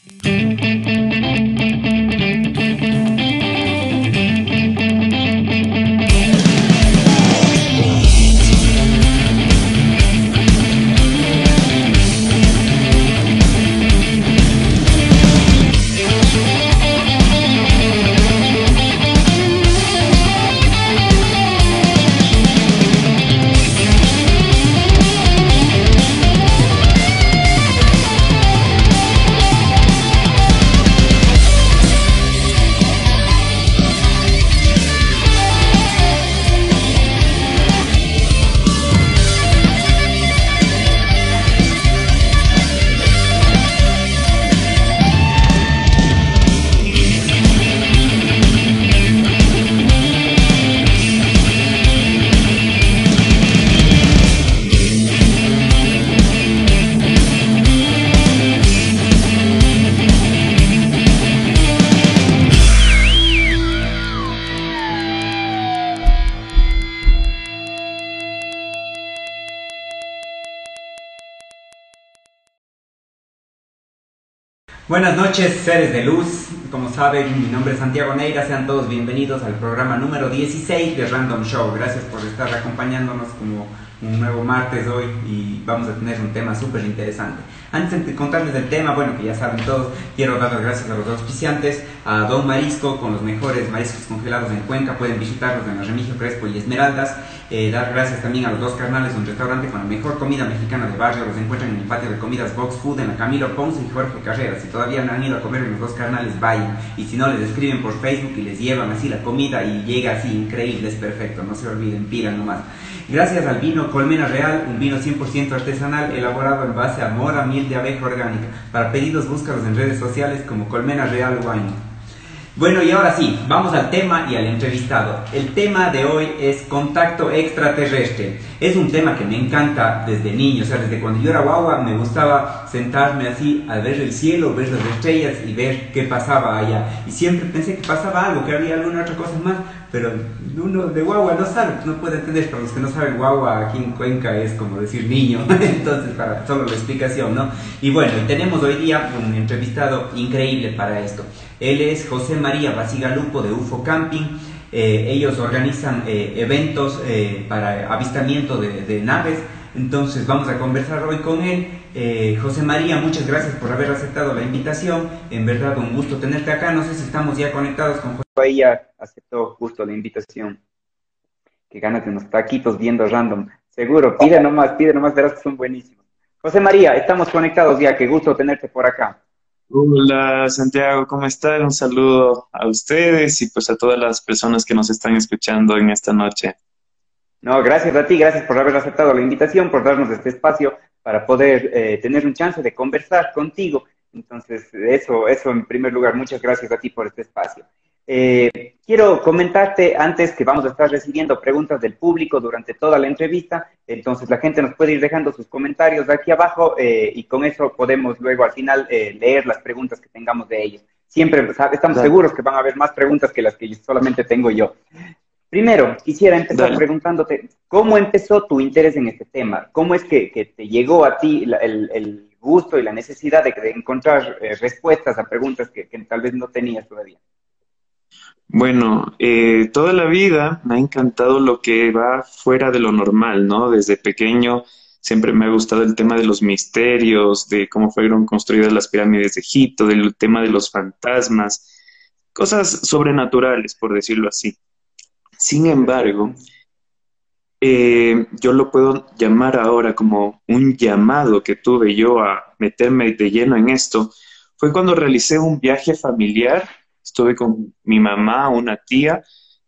Buenas noches, seres de luz. Como saben, mi nombre es Santiago Neira. Sean todos bienvenidos al programa número 16 de Random Show. Gracias por estar acompañándonos como un nuevo martes hoy y vamos a tener un tema súper interesante. Antes de contarles el tema, bueno, que ya saben todos, quiero dar las gracias a los auspiciantes, a Don Marisco, con los mejores mariscos congelados en Cuenca. Pueden visitarlos en la Remigio Crespo y Esmeraldas. Dar gracias también a los Dos Carnales, un restaurante con la mejor comida mexicana de barrio. Los encuentran en el patio de comidas Box Food en la Camilo Ponce y Jorge Carreras. Si todavía no han ido a comer en los Dos Carnales, vayan. Y si no, les escriben por Facebook y les llevan así la comida y llega así increíble, es perfecto. No se olviden, pidan nomás. Gracias al vino Colmena Real, un vino 100% artesanal elaborado en base a mora, miel de abeja orgánica. Para pedidos, búscalos en redes sociales como Colmena Real Wine. Bueno, y ahora sí, vamos al tema y al entrevistado. El tema de hoy es contacto extraterrestre. Es un tema que me encanta desde niño, o sea, desde cuando yo era guagua me gustaba sentarme así a ver el cielo, ver las estrellas y ver qué pasaba allá. Y siempre pensé que pasaba algo, que había alguna otra cosa más, pero uno de guagua no sabe, no puede entender. Para los que no saben, guagua aquí en Cuenca es como decir niño, entonces para solo la explicación, ¿no? Y bueno, y tenemos hoy día un entrevistado increíble para esto. Él es José María Basigalupo de UFO Camping. Ellos organizan eventos para avistamiento de naves. Entonces vamos a conversar hoy con él. José María, muchas gracias por haber aceptado la invitación. En verdad un gusto tenerte acá. No sé si estamos ya conectados con José. Ella aceptó justo la invitación. Qué ganas de unos taquitos viendo random. Seguro, pide nomás, verás que son buenísimos. José María, estamos conectados ya. Qué gusto tenerte por acá. Hola Santiago, ¿cómo están? Un saludo a ustedes y pues a todas las personas que nos están escuchando en esta noche. No, gracias a ti, gracias por haber aceptado la invitación, por darnos este espacio para poder tener un chance de conversar contigo. Entonces, eso en primer lugar, muchas gracias a ti por este espacio. Quiero comentarte antes que vamos a estar recibiendo preguntas del público durante toda la entrevista, entonces la gente nos puede ir dejando sus comentarios de aquí abajo y con eso podemos luego al final leer las preguntas que tengamos de ellos. Siempre estamos seguros que van a haber más preguntas que las que solamente tengo yo. Primero, quisiera empezar preguntándote, ¿cómo empezó tu interés en este tema? ¿Cómo es que te llegó a ti el gusto y la necesidad de encontrar respuestas a preguntas que tal vez no tenías todavía? Bueno, toda la vida me ha encantado lo que va fuera de lo normal, ¿no? Desde pequeño siempre me ha gustado el tema de los misterios, de cómo fueron construidas las pirámides de Egipto, del tema de los fantasmas, cosas sobrenaturales, por decirlo así. Sin embargo, yo lo puedo llamar ahora como un llamado que tuve yo a meterme de lleno en esto. Fue cuando realicé un viaje familiar, estuve con mi mamá, una tía,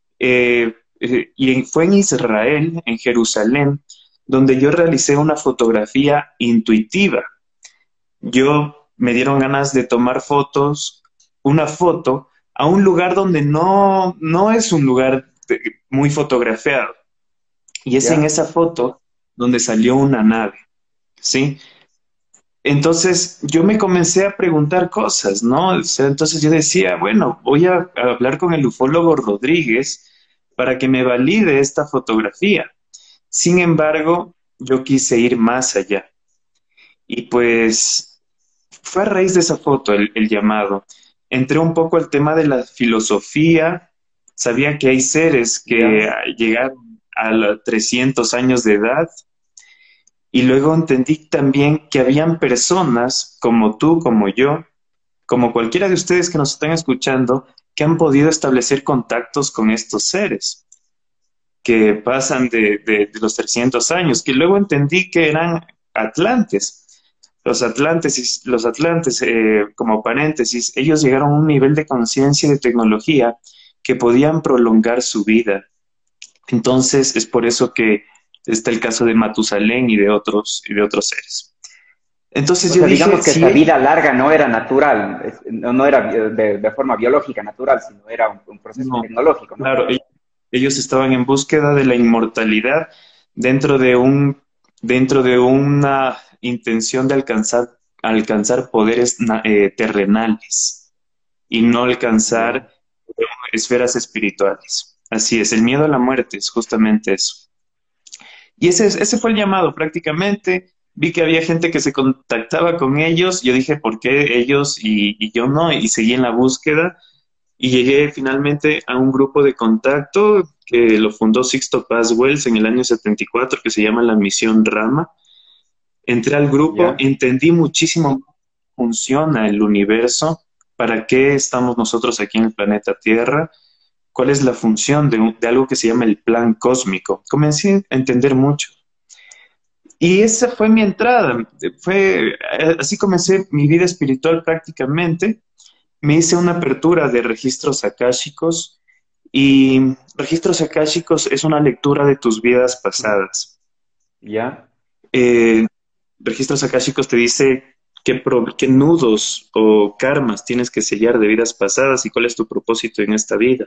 y fue en Israel, en Jerusalén, donde yo realicé una fotografía intuitiva. Me dieron ganas de tomar una foto a un lugar donde no es un lugar muy fotografiado. Y es en esa foto donde salió una nave, ¿sí? Entonces yo me comencé a preguntar cosas, ¿no? O sea, entonces yo decía, bueno, voy a hablar con el ufólogo Rodríguez para que me valide esta fotografía. Sin embargo, yo quise ir más allá. Y pues fue a raíz de esa foto el llamado. Entré un poco al tema de la filosofía, sabía que hay seres que Ya. llegaron a los 300 años de edad y luego entendí también que habían personas como tú, como yo, como cualquiera de ustedes que nos están escuchando, que han podido establecer contactos con estos seres, que pasan de los 300 años, que luego entendí que eran atlantes. Los atlantes, como paréntesis, ellos llegaron a un nivel de conciencia y de tecnología que podían prolongar su vida. Entonces, es por eso que está el caso de Matusalén y de otros seres. Entonces O yo sea, dije, digamos que si esta vida larga no era natural, no era de forma biológica natural, sino era un proceso no, tecnológico, ¿no? claro, ellos estaban en búsqueda de la inmortalidad dentro de dentro de una intención de alcanzar poderes terrenales y no Ya. alcanzar esferas espirituales. Así es, el miedo a la muerte es justamente eso. Y ese fue el llamado prácticamente. Vi que había gente que se contactaba con ellos. Yo dije, ¿por qué ellos y yo no? Y seguí en la búsqueda y llegué finalmente a un grupo de contacto que lo fundó Sixto Paz Wells en el año 74, que se llama la Misión Rama. Entré al grupo, Ya. entendí muchísimo cómo funciona el universo, para qué estamos nosotros aquí en el planeta Tierra, cuál es la función de algo que se llama el plan cósmico. Comencé a entender mucho. Y esa fue mi entrada. Así comencé mi vida espiritual prácticamente. Me hice una apertura de registros akáshicos y registros akáshicos es una lectura de tus vidas pasadas. Ya. Eh, registros akáshicos te dice qué nudos o karmas tienes que sellar de vidas pasadas y cuál es tu propósito en esta vida.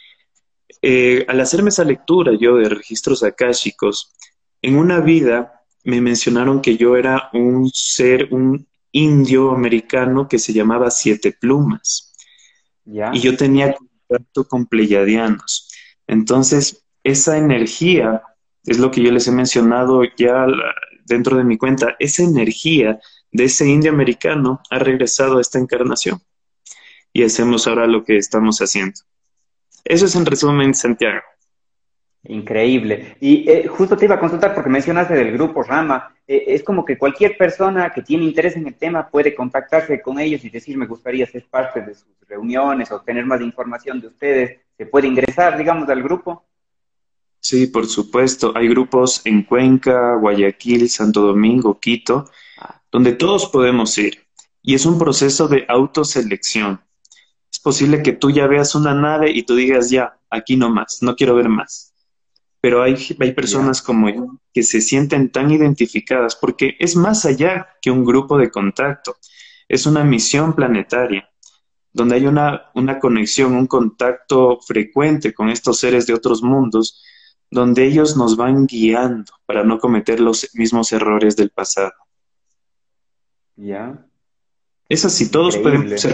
Al hacerme esa lectura yo de registros akáshicos, en una vida me mencionaron que yo era un indio americano que se llamaba Siete Plumas y Ya. yo tenía contacto con pleyadianos. Entonces, esa energía es lo que yo les he mencionado ya dentro de mi cuenta, esa energía de ese indio americano ha regresado a esta encarnación y hacemos ahora lo que estamos haciendo. Eso es en resumen, Santiago. Increíble. Y justo te iba a consultar porque mencionaste del grupo Rama. Es como que cualquier persona que tiene interés en el tema puede contactarse con ellos y decir, me gustaría ser parte de sus reuniones o tener más información de ustedes. Se puede ingresar, digamos, al grupo. Sí, por supuesto. Hay grupos en Cuenca, Guayaquil, Santo Domingo, Quito, Ah, donde todos podemos ir. Y es un proceso de autoselección. Es posible que tú ya veas una nave y tú digas, ya, aquí no más, no quiero ver más. Pero hay ya, personas como yo que se sienten tan identificadas porque es más allá que un grupo de contacto. Es una misión planetaria donde hay una conexión, un contacto frecuente con estos seres de otros mundos, donde ellos nos van guiando para no cometer los mismos errores del pasado. ya. Es así, todos podemos Increíble. ser.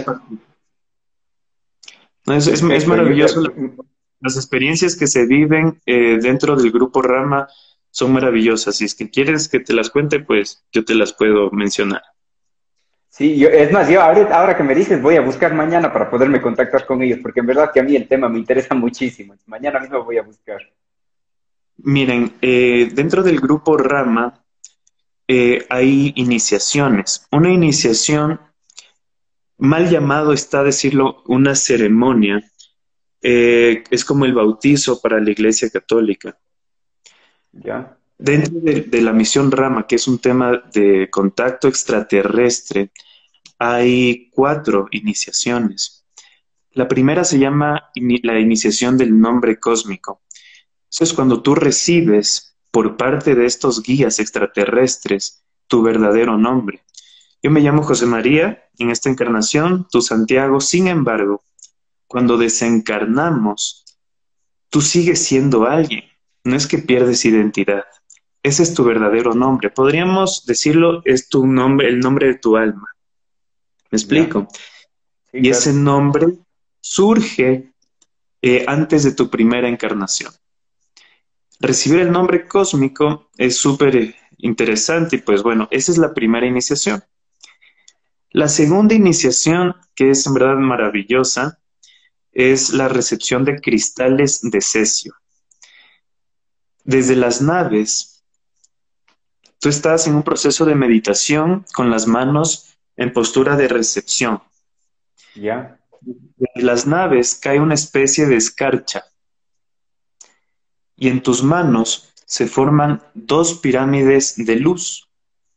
No, es Perfecto. maravilloso. Las experiencias que se viven dentro del grupo Rama son maravillosas. Si es que quieres que te las cuente, pues yo te las puedo mencionar. Sí, es más, yo ahora que me dices voy a buscar mañana para poderme contactar con ellos, porque en verdad que a mí el tema me interesa muchísimo. Mañana mismo voy a buscar. Miren, dentro del grupo Rama hay iniciaciones. Una iniciación, mal llamado está decirlo, una ceremonia, es como el bautizo para la Iglesia Católica. ¿Ya? Dentro de la misión Rama, que es un tema de contacto extraterrestre, hay 4 iniciaciones. La primera se llama la iniciación del nombre cósmico. Eso es cuando tú recibes por parte de estos guías extraterrestres tu verdadero nombre. Yo me llamo José María en esta encarnación, tú Santiago. Sin embargo, cuando desencarnamos, tú sigues siendo alguien. No es que pierdes identidad. Ese es tu verdadero nombre. Podríamos decirlo, es tu nombre, el nombre de tu alma. ¿Me ¿Ya? explico? Sí, Y ese claro. nombre surge antes de tu primera encarnación. Recibir el nombre cósmico es súper interesante y pues bueno, esa es la primera iniciación. La segunda iniciación, que es en verdad maravillosa, es la recepción de cristales de cesio. Desde las naves, tú estás en un proceso de meditación con las manos en postura de recepción. ¿Ya? Desde las naves cae una especie de escarcha y en tus manos se forman dos pirámides de luz.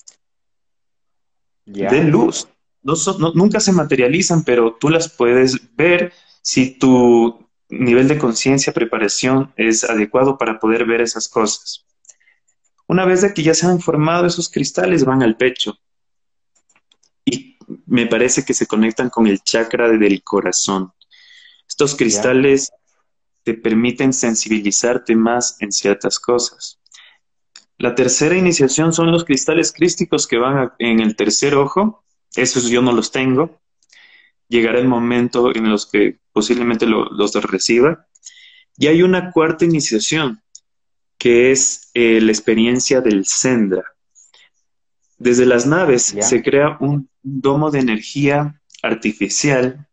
De ¿Ya? luz. Nunca se materializan, pero tú las puedes ver si tu nivel de conciencia, preparación es adecuado para poder ver esas cosas. Una vez de que ya se han formado esos cristales, van al pecho y me parece que se conectan con el chakra del corazón. Estos ¿Ya? cristales te permiten sensibilizarte más en ciertas cosas. La tercera iniciación son los cristales crísticos que van en el tercer ojo. Esos yo no los tengo. Llegará el momento en los que posiblemente los reciba. Y hay una cuarta iniciación, que es la experiencia del Sendra. Desde las naves se ¿Ya? crea un domo de energía artificial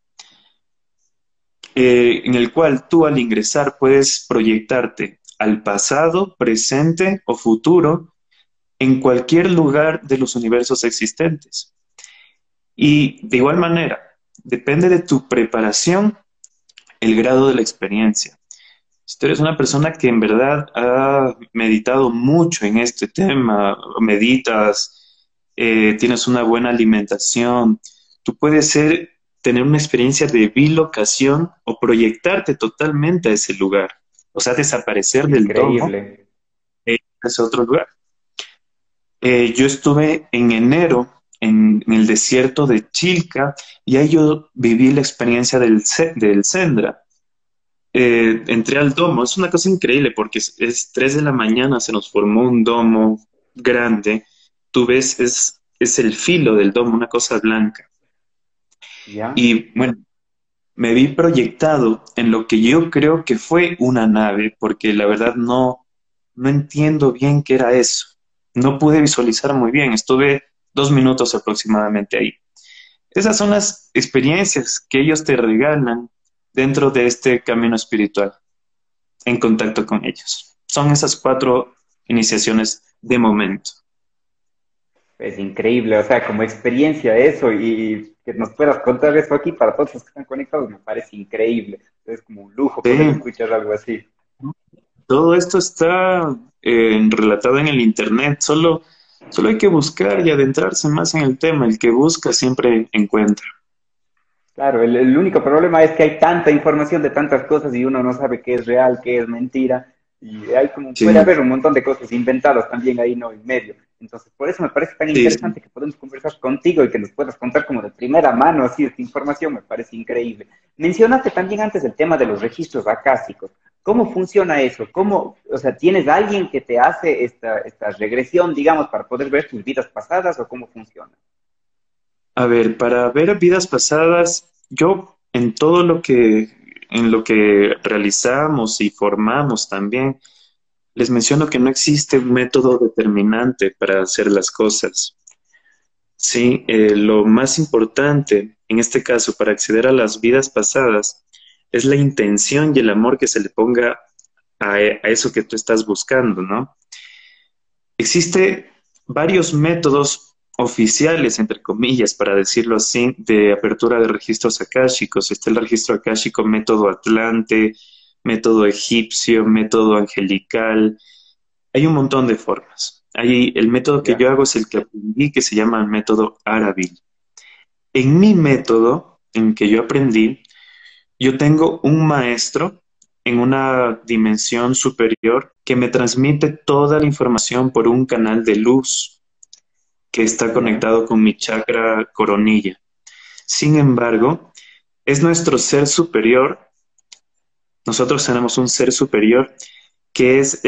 en el cual tú al ingresar puedes proyectarte al pasado, presente o futuro en cualquier lugar de los universos existentes. Y de igual manera, depende de tu preparación el grado de la experiencia. Si tú eres una persona que en verdad ha meditado mucho en este tema, meditas, tienes una buena alimentación, tú puedes tener una experiencia de bilocación o proyectarte totalmente a ese lugar. O sea, desaparecer del domo Increíble. a ese otro lugar. Yo estuve en enero en el desierto de Chilca y ahí yo viví la experiencia del Sendra. Entré al domo, es una cosa increíble porque es 3 de la mañana, se nos formó un domo grande, tú ves, es el filo del domo, una cosa blanca. ¿Ya? Y bueno, me vi proyectado en lo que yo creo que fue una nave, porque la verdad no entiendo bien qué era eso. No pude visualizar muy bien, estuve 2 minutos aproximadamente ahí. Esas son las experiencias que ellos te regalan dentro de este camino espiritual, en contacto con ellos. Son esas 4 iniciaciones de momento. Es increíble, o sea, como experiencia eso y que nos puedas contar eso aquí para todos los que están conectados me parece increíble. Es como un lujo poder Sí, escuchar algo así. todo esto está relatado en el Internet, solo hay que buscar y adentrarse más en el tema. El que busca siempre encuentra. Claro, el único problema es que hay tanta información de tantas cosas y uno no sabe qué es real, qué es mentira. Y hay como, puede Sí, haber un montón de cosas inventadas también ahí, ¿no? En medio. Entonces, por eso me parece tan sí, sí. interesante que podemos conversar contigo y que nos puedas contar como de primera mano así esta información, me parece increíble. Mencionaste también antes el tema de los registros acásicos. ¿Cómo funciona eso? ¿Cómo, o sea, tienes alguien que te hace esta regresión, digamos, para poder ver tus vidas pasadas o cómo funciona? A ver, para ver vidas pasadas, yo en lo que realizamos y formamos también, les menciono que no existe un método determinante para hacer las cosas. Sí, lo más importante en este caso para acceder a las vidas pasadas es la intención y el amor que se le ponga a eso que tú estás buscando, ¿no? Existe varios métodos oficiales, entre comillas, para decirlo así, de apertura de registros akáshicos. Está el registro akáshico método Atlante, método egipcio, método angelical. Hay un montón de formas. Hay, el método que yo ¿Ya? hago es el que aprendí, que se llama el método Arabil. En mi método, en que yo aprendí, yo tengo un maestro en una dimensión superior que me transmite toda la información por un canal de luz que está ¿Ya? conectado con mi chakra coronilla. Sin embargo, es nuestro ser superior, nosotros tenemos un ser superior que es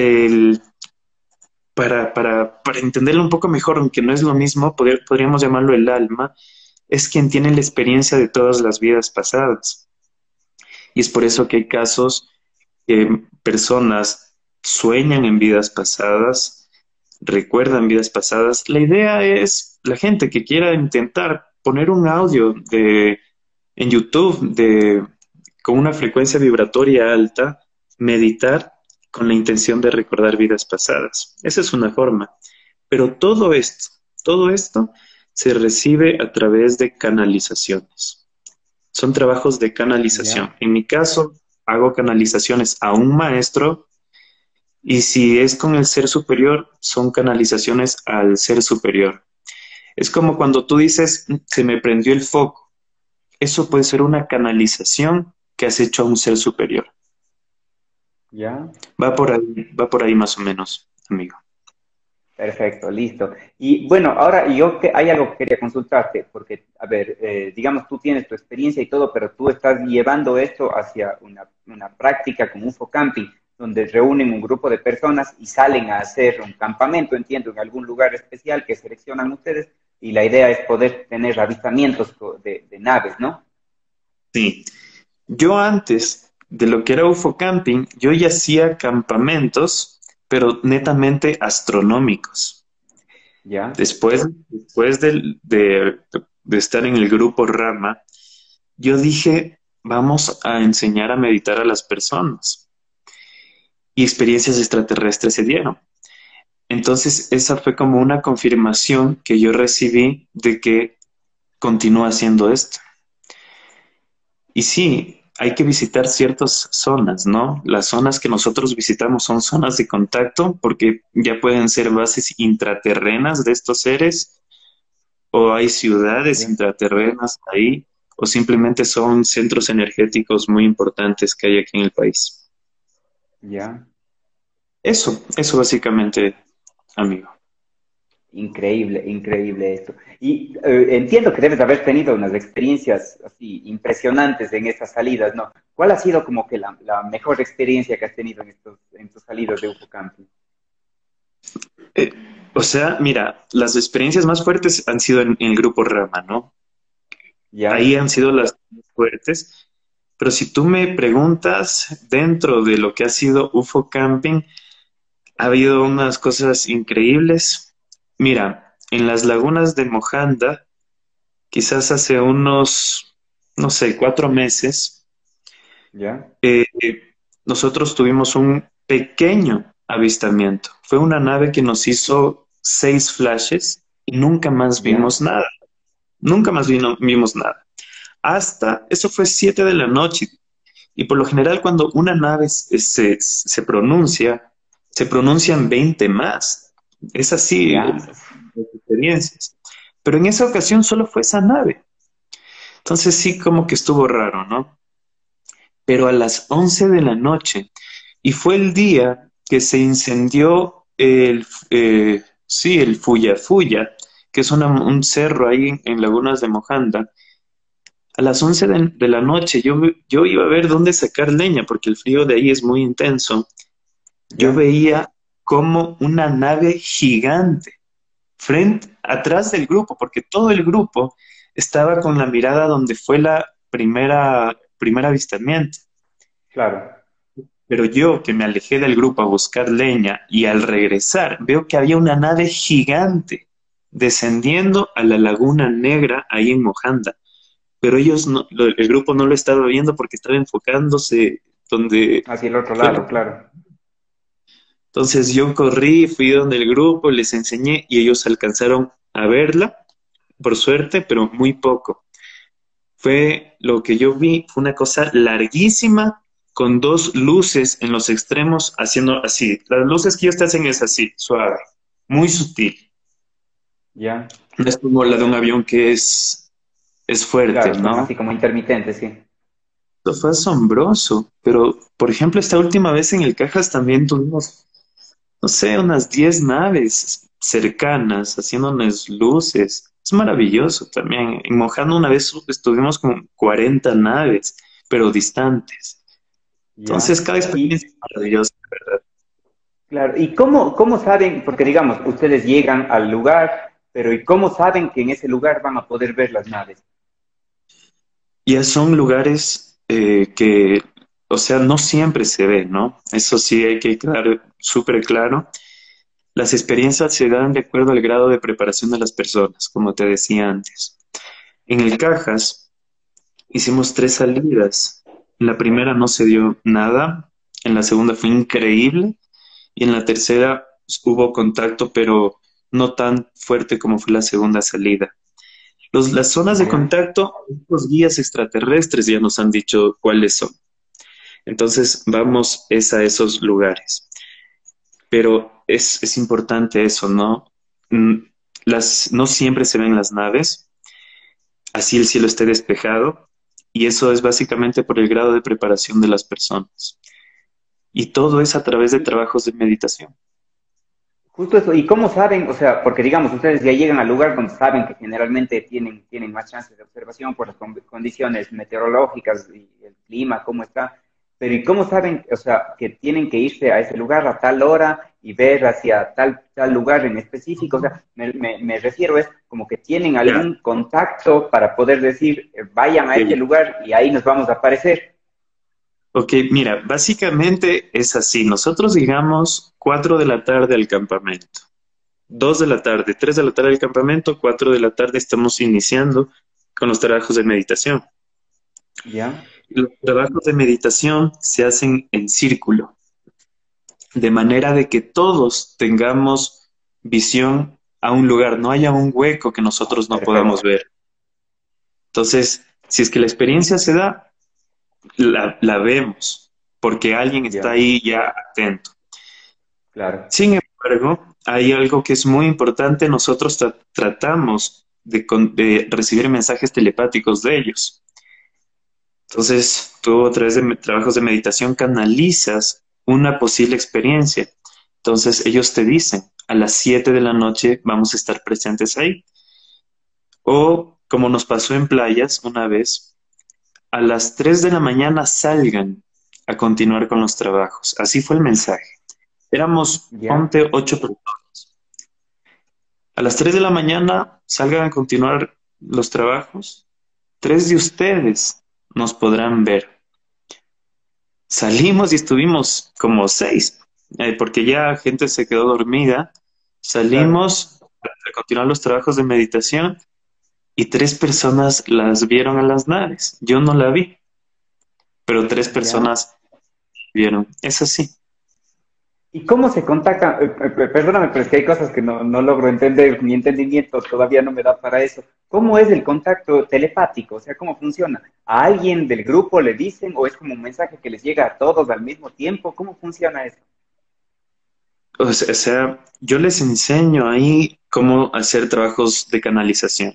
para entenderlo un poco mejor, aunque no es lo mismo, podríamos llamarlo el alma, es quien tiene la experiencia de todas las vidas pasadas. Y es por eso que hay casos que personas sueñan en vidas pasadas, recuerdan vidas pasadas. La idea es la gente que quiera intentar poner un audio en YouTube con una frecuencia vibratoria alta, meditar con la intención de recordar vidas pasadas. Esa es una forma. Pero todo esto se recibe a través de canalizaciones. Son trabajos de canalización. Ya, En mi caso, hago canalizaciones a un maestro y si es con el ser superior, son canalizaciones al ser superior. Es como cuando tú dices, se me prendió el foco. Eso puede ser una canalización que has hecho a un ser superior. ya. Va por ahí más o menos, amigo. Perfecto, listo. Y bueno, ahora hay algo que quería consultarte, porque, a ver, digamos, tú tienes tu experiencia y todo, pero tú estás llevando esto hacia una práctica como UFO Camping, donde reúnen un grupo de personas y salen a hacer un campamento, entiendo, en algún lugar especial que seleccionan ustedes, y la idea es poder tener avistamientos de naves, ¿no? Sí. Yo antes de lo que era UFO Camping, yo ya hacía campamentos, pero netamente astronómicos. ¿Ya? Después de estar en el grupo Rama, yo dije, vamos a enseñar a meditar a las personas. Y experiencias extraterrestres se dieron. Entonces, esa fue como una confirmación que yo recibí de que continúa haciendo esto. Y sí, hay que visitar ciertas zonas, ¿no? Las zonas que nosotros visitamos son zonas de contacto porque ya pueden ser bases intraterrenas de estos seres o hay ciudades ¿Ya? intraterrenas ahí o simplemente son centros energéticos muy importantes que hay aquí en el país. ¿Ya? Eso básicamente, amigo. Increíble, increíble esto. Y entiendo que debes haber tenido unas experiencias así impresionantes en estas salidas, ¿no? ¿Cuál ha sido como que la mejor experiencia que has tenido en tus salidas de UFO Camping? Eh, o sea, mira, las experiencias más fuertes han sido en el grupo Rama, ¿no? Ahí ¿Ya? han sido las más fuertes. Pero si tú me preguntas, dentro de lo que ha sido UFO Camping, ha habido unas cosas increíbles. Mira, en las lagunas de Mojanda, quizás hace unos, no sé, 4 meses, ¿Ya? eh, nosotros tuvimos un pequeño avistamiento. Fue una nave que nos hizo 6 flashes y nunca más ¿Ya? vimos nada. Nunca más vimos nada. Hasta, eso fue 7 de la noche. Y por lo general cuando una nave se pronuncian 20 más. Es así, ¿Ya? las experiencias. Pero en esa ocasión solo fue esa nave. Entonces sí como que estuvo raro, ¿no? Pero a las 11 de la noche, y fue el día que se incendió el Fuya Fuya, que es un cerro ahí en Lagunas de Mojanda. A las 11 de la noche yo iba a ver dónde sacar leña, porque el frío de ahí es muy intenso. Yo ¿Ya? veía como una nave gigante atrás del grupo, porque todo el grupo estaba con la mirada donde fue la primer avistamiento. Claro. Pero yo que me alejé del grupo a buscar leña y al regresar veo que había una nave gigante descendiendo a la Laguna Negra ahí en Mojanda. Pero ellos no, el grupo no lo estaba viendo porque estaba enfocándose donde Hacia el otro fue. lado, claro. Entonces yo corrí, fui donde el grupo, les enseñé y ellos alcanzaron a verla, por suerte, pero muy poco. Fue lo que yo vi, fue una cosa larguísima con dos luces en los extremos haciendo así. Las luces que ellos te hacen es así, suave, muy sutil. ¿Ya? No es como la de un avión que es fuerte, Claro, son ¿no? así como intermitentes, sí. Eso fue asombroso, pero por ejemplo, esta última vez en el Cajas también tuvimos, no sé, unas 10 naves cercanas haciéndonos luces. Es maravilloso también. En Mojano una vez estuvimos con 40 naves, pero distantes. Entonces, ¿Ya? cada experiencia Y, es maravillosa, ¿verdad? claro, ¿y cómo saben? Porque digamos, ustedes llegan al lugar, pero ¿y cómo saben que en ese lugar van a poder ver las naves? Ya son lugares que, o sea, no siempre se ven, ¿no? Eso sí hay que quedar súper claro. Las experiencias se dan de acuerdo al grado de preparación de las personas, como te decía antes. En el Cajas hicimos 3 salidas. En la primera no se dio nada, en la segunda fue increíble y en la tercera hubo contacto, pero no tan fuerte como fue la segunda salida. Las zonas de Ya. contacto, los guías extraterrestres ya nos han dicho cuáles son. Entonces vamos es a esos lugares. Pero es importante eso, ¿no? Mm, no siempre se ven las naves, así el cielo esté despejado, y eso es básicamente por el grado de preparación de las personas. Y todo es a través de Y trabajos de meditación. justo eso, ¿y cómo saben? O sea, porque digamos, ustedes ya llegan al lugar donde saben que generalmente tienen más chances de observación por las condiciones meteorológicas y el clima, cómo está. Pero ¿y cómo saben, o sea, que tienen que irse a ese lugar a tal hora y ver hacia tal lugar en específico? O sea, me refiero es como que tienen Ya, algún contacto para poder decir, vayan a qué este bien. lugar y ahí nos vamos a aparecer. Ok, mira, básicamente es así. Nosotros llegamos 4 de la tarde al campamento, 2 de la tarde, 3 de la tarde al campamento, 4 de la tarde estamos iniciando con los trabajos de meditación. ¿Ya? Los trabajos de meditación se hacen en círculo, de manera de que todos tengamos visión a un lugar, no haya un hueco que nosotros no podamos Perfecto. ver. Entonces, si es que la experiencia se da, la vemos, porque alguien está Ya, ahí ya atento. claro. Sin embargo, hay algo que es muy importante, nosotros tratamos de recibir mensajes telepáticos de ellos. Entonces, tú a través de trabajos de meditación canalizas una posible experiencia. Entonces, ellos te dicen, a las 7 de la noche vamos a estar presentes ahí. O, como nos pasó en playas una vez, a las 3 de la mañana salgan a continuar con los trabajos. Así fue el mensaje. Éramos, ¿Ya? ponte, 8 personas. A las 3 de la mañana salgan a continuar los trabajos. 3 de ustedes nos podrán ver. Salimos y estuvimos como 6, porque ya gente se quedó dormida. Claro. Salimos a continuar los trabajos de meditación y 3 personas las vieron a las naves. Yo no la vi, pero tres ¿Ya? personas vieron. Es así. ¿Y cómo se contacta? Perdóname, pero es que hay cosas que no logro entender, mi entendimiento todavía no me da para eso. ¿Cómo es el contacto telepático? O sea, ¿cómo funciona? ¿A alguien del grupo le dicen o es como un mensaje que les llega a todos al mismo tiempo? ¿Cómo funciona eso? O sea, yo les enseño ahí cómo hacer trabajos de canalización.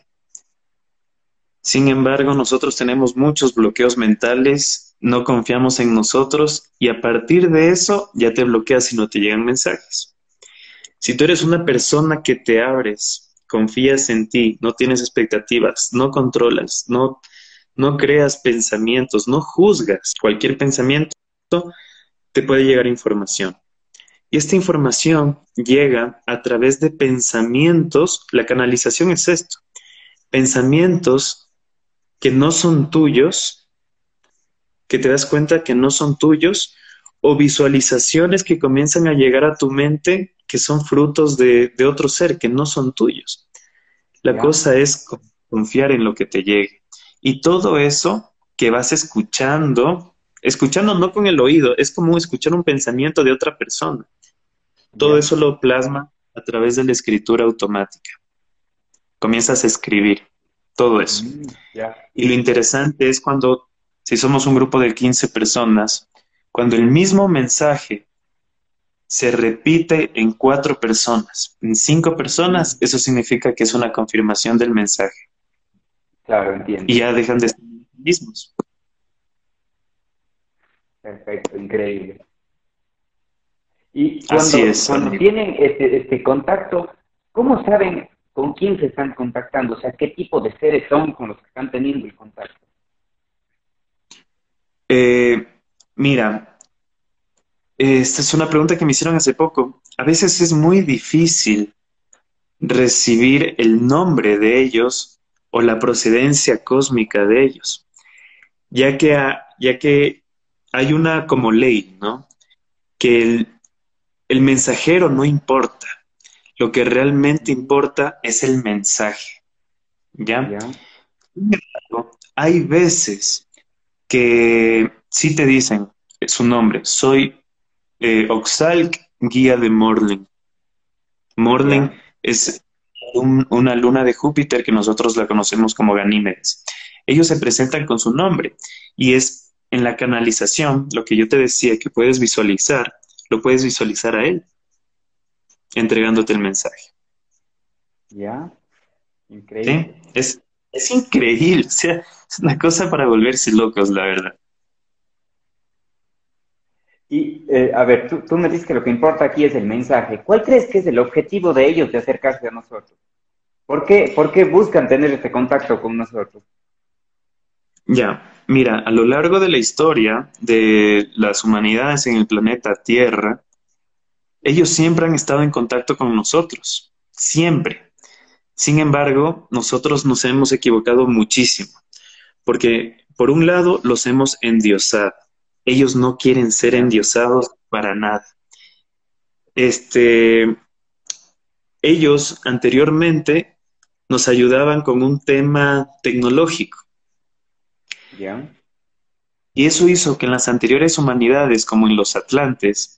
Sin embargo, nosotros tenemos muchos bloqueos mentales, no confiamos en nosotros y a partir de eso ya te bloqueas y no te llegan mensajes. Si tú eres una persona que te abres, confías en ti, no tienes expectativas, no controlas, no creas pensamientos, no juzgas cualquier pensamiento, te puede llegar información. Y esta información llega a través de pensamientos. La canalización es esto: pensamientos que no son tuyos, que te das cuenta que no son tuyos, o visualizaciones que comienzan a llegar a tu mente que son frutos de otro ser, que no son tuyos. La ¿Ya? cosa es confiar en lo que te llegue. Y todo eso que vas escuchando no con el oído, es como escuchar un pensamiento de otra persona. Todo ¿Ya? eso lo plasma a través de la escritura automática. Comienzas a escribir todo eso. ¿Ya? Y lo interesante es cuando, si somos un grupo de 15 personas, cuando el mismo mensaje se repite en 4 personas, en 5 personas, eso significa que es una confirmación del mensaje Claro, entiendo. y ya dejan de ser los mismos. Perfecto, increíble. Y Así cuando, es, cuando amigo. tienen este contacto, ¿cómo saben con quién se están contactando? O sea, ¿qué tipo de seres son con los que están teniendo el contacto? Eh, Mira, esta es una pregunta que me hicieron hace poco. A veces es muy difícil recibir el nombre de ellos o la procedencia cósmica de ellos, ya que hay una como ley, ¿no? Que el mensajero no importa, lo que realmente importa es el mensaje, ¿ya? ¿Ya? Hay veces que sí te dicen su nombre, soy Oxalc, guía de Morling. Morling ¿Ya? es una luna de Júpiter que nosotros la conocemos como Ganímedes. Ellos se presentan con su nombre y es en la canalización, lo que yo te decía que puedes visualizar, lo puedes visualizar a él entregándote el mensaje. ¿Ya? ¿Sí? Increíble. Es increíble, o sea, es una cosa para volverse locos, la verdad. Y, a ver, tú me dices que lo que importa aquí es el mensaje. ¿Cuál crees que es el objetivo de ellos de acercarse a nosotros? Por qué buscan tener este contacto con nosotros? Ya, mira, a lo largo de la historia de las humanidades en el planeta Tierra, ellos siempre han estado en contacto con nosotros, siempre. Sin embargo, nosotros nos hemos equivocado muchísimo, porque por un lado los hemos endiosado. Ellos no quieren ser ¿Ya? endiosados para nada. Este, ellos anteriormente nos ayudaban con un tema tecnológico ¿Ya? y eso hizo que en las anteriores humanidades, como en los Atlantes,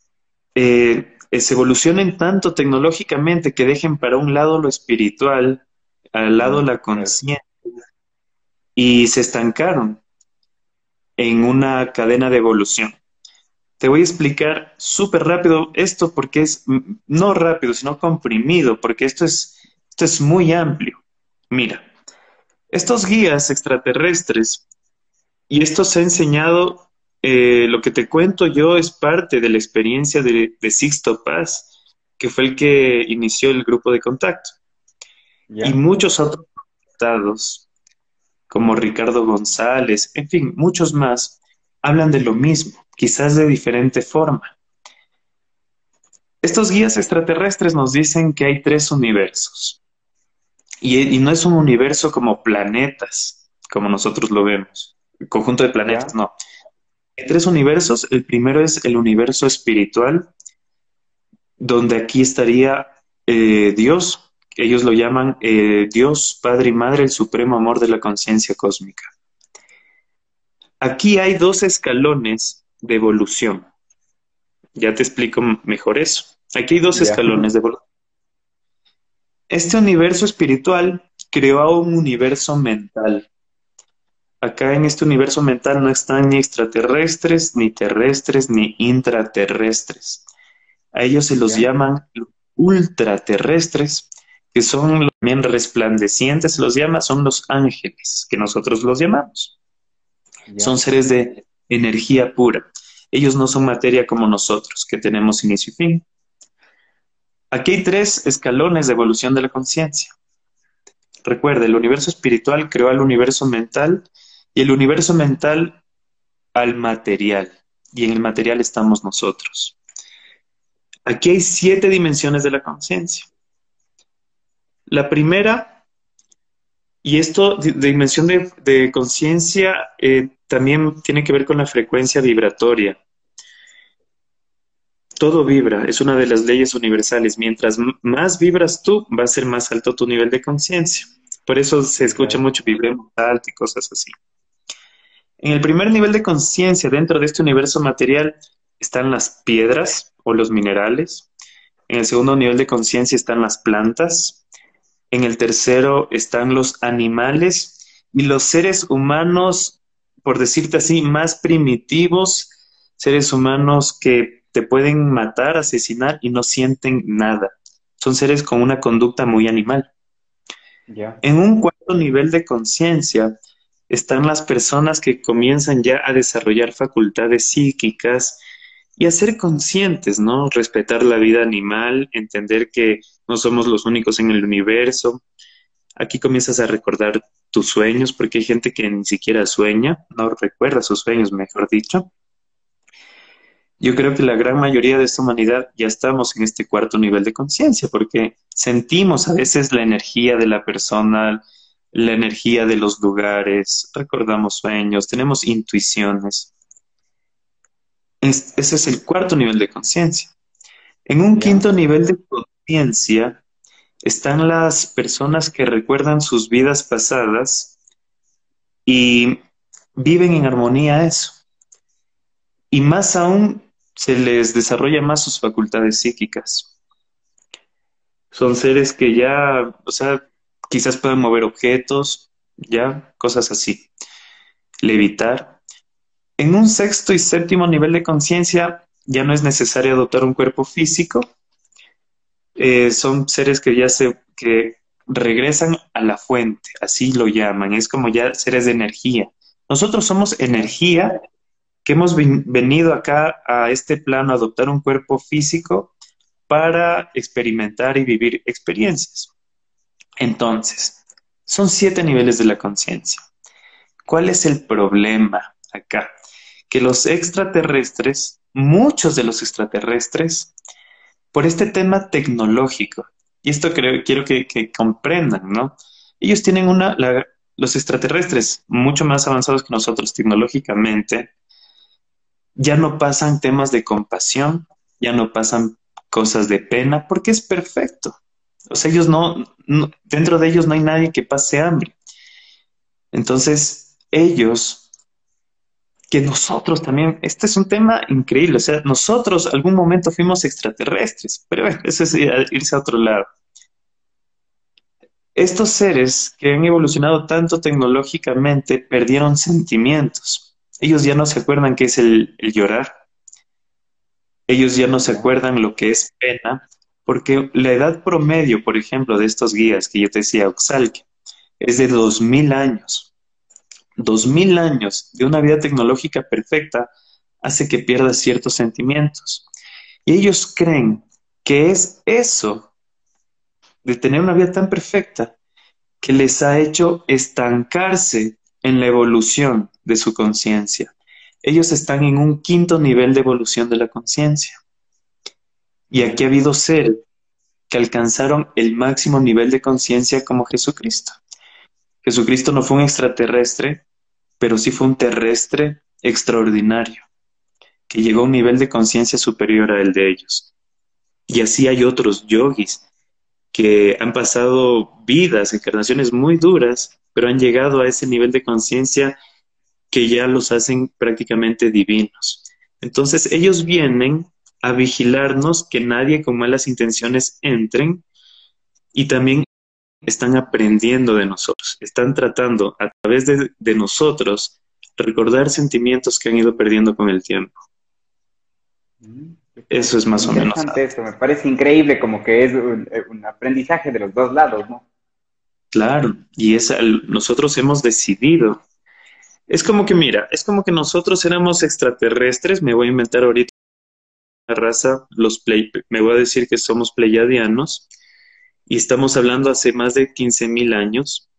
se evolucionen tanto tecnológicamente que dejen para un lado lo espiritual, al lado la Claro. conciencia, y se estancaron en una cadena de evolución. Te voy a explicar súper rápido esto porque es no rápido, sino comprimido, porque esto es muy amplio. Mira, estos guías extraterrestres, y esto se ha enseñado, lo que te cuento yo es parte de la experiencia de Sixto Paz, que fue el que inició el grupo de contacto. Y ¿Ya? muchos otros estados, como Ricardo González, en fin, muchos más, hablan de lo mismo, quizás de diferente forma. Estos guías extraterrestres nos dicen que hay tres universos, y no es un universo como planetas, como nosotros lo vemos, conjunto de planetas, ¿Ya? no. Hay tres universos. El primero es el universo espiritual, donde aquí estaría Dios. Ellos lo llaman Dios, Padre y Madre, el supremo amor de la conciencia cósmica. Aquí hay dos escalones de evolución. Ya te explico mejor eso. Aquí hay dos ¿Ya? escalones de evolución. Este universo espiritual creó un universo mental. Acá en este universo mental no están ni extraterrestres, ni terrestres, ni intraterrestres. A ellos se los ¿Ya? llaman ultraterrestres, que son los bien resplandecientes, se los llama, son los ángeles, que nosotros los llamamos. Son ¿Ya? seres de energía pura. Ellos no son materia como nosotros, que tenemos inicio y fin. Aquí hay tres escalones de evolución de la conciencia. Recuerda, el universo espiritual creó al universo mental y el universo mental al material. Y en el material estamos nosotros. Aquí hay 7 dimensiones de la conciencia. La primera, y esto, dimensión de conciencia, también tiene que ver con la frecuencia vibratoria. Todo vibra, es una de las leyes universales. Mientras más vibras tú, va a ser más alto tu nivel de conciencia. Por eso se escucha Claro. mucho vibremos alto y cosas así. En el primer nivel de conciencia dentro de este universo material están las piedras o los minerales. En el segundo nivel de conciencia están las plantas. En el tercero están los animales y los seres humanos, por decirte así, más primitivos, seres humanos que te pueden matar, asesinar y no sienten nada. Son seres con una conducta muy animal. ¿Ya? En un cuarto nivel de conciencia están las personas que comienzan ya a desarrollar facultades psíquicas y a ser conscientes, ¿no? Respetar la vida animal, entender que no somos los únicos en el universo. Aquí comienzas a recordar tus sueños, porque hay gente que ni siquiera sueña, no recuerda sus sueños, mejor dicho. Yo creo que la gran mayoría de esta humanidad ya estamos en este cuarto nivel de conciencia, porque sentimos a veces la energía de la persona, la energía de los lugares, recordamos sueños, tenemos intuiciones. Ese es el cuarto nivel de conciencia. En un ¿Ya? quinto nivel de conciencia están las personas que recuerdan sus vidas pasadas y viven en armonía a eso. Y más aún, se les desarrolla más sus facultades psíquicas. Son seres que ya, o sea, quizás pueden mover objetos, ya, cosas así, levitar. En un sexto y séptimo nivel de conciencia ya no es necesario adoptar un cuerpo físico. Son seres que que regresan a la fuente, así lo llaman, es como ya seres de energía. Nosotros somos energía que hemos venido acá a este plano a adoptar un cuerpo físico para experimentar y vivir experiencias. Entonces, son 7 niveles de la conciencia. ¿Cuál es el problema acá? Que los extraterrestres, muchos de los extraterrestres, por este tema tecnológico, y esto quiero que comprendan, ¿no? Ellos tienen los extraterrestres mucho más avanzados que nosotros tecnológicamente, ya no pasan temas de compasión, ya no pasan cosas de pena, porque es perfecto. O sea, ellos dentro de ellos no hay nadie que pase hambre. Entonces, ellos, que nosotros también, este es un tema increíble, o sea, nosotros algún momento fuimos extraterrestres, pero bueno, eso es irse a otro lado. Estos seres que han evolucionado tanto tecnológicamente perdieron sentimientos. Ellos ya no se acuerdan qué es el llorar. Ellos ya no se acuerdan lo que es pena, porque la edad promedio, por ejemplo, de estos guías que yo te decía, Oxalque, es de 2000 años. 2000 años de una vida tecnológica perfecta hace que pierdas ciertos sentimientos. Y ellos creen que es eso, de tener una vida tan perfecta, que les ha hecho estancarse en la evolución de su conciencia. Ellos están en un quinto nivel de evolución de la conciencia. Y aquí ha habido seres que alcanzaron el máximo nivel de conciencia como Jesucristo. Jesucristo no fue un extraterrestre, pero sí fue un terrestre extraordinario, que llegó a un nivel de conciencia superior al de ellos. Y así hay otros yogis que han pasado vidas, encarnaciones muy duras, pero han llegado a ese nivel de conciencia que ya los hacen prácticamente divinos. Entonces ellos vienen a vigilarnos que nadie con malas intenciones entren y también están aprendiendo de nosotros, están tratando a través de nosotros recordar sentimientos que han ido perdiendo con el tiempo. Eso es más o menos. Interesante esto, me parece increíble, como que es un aprendizaje de los dos lados, ¿no? Claro, y nosotros hemos decidido. Es como que, mira, es como que nosotros éramos extraterrestres, me voy a inventar ahorita una raza, me voy a decir que somos pleiadianos, y estamos hablando hace más de 15.000 años,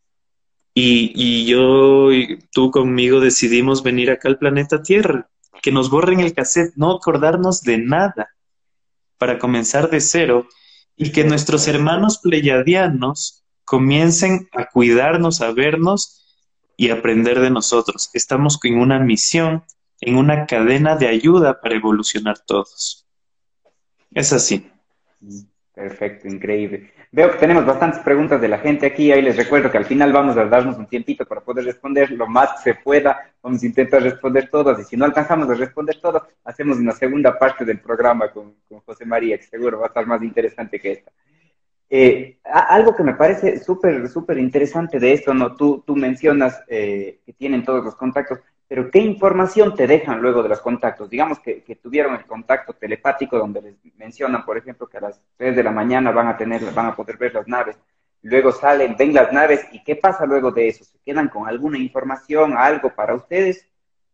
y yo y tú conmigo decidimos venir acá al planeta Tierra, que nos borren el cassette, no acordarnos de nada, para comenzar de cero, y que nuestros hermanos pleiadianos comiencen a cuidarnos, a vernos y aprender de nosotros. Estamos en una misión, en una cadena de ayuda para evolucionar todos. Es así. Perfecto, increíble. Veo que tenemos bastantes preguntas de la gente aquí. Ahí les recuerdo que al final vamos a darnos un tiempito para poder responder lo más que se pueda. Vamos a intentar responder todas y si no alcanzamos a responder todas, hacemos una segunda parte del programa con José María, que seguro va a estar más interesante que esta. Algo que me parece súper interesante de esto, ¿no? Tú mencionas que tienen todos los contactos, pero ¿qué información te dejan luego de los contactos? Digamos que tuvieron el contacto telepático donde les mencionan, por ejemplo, que a las 3 de la mañana van a poder ver las naves. Luego salen, ven las naves, ¿y qué pasa luego de eso? ¿Se quedan con alguna información, algo para ustedes?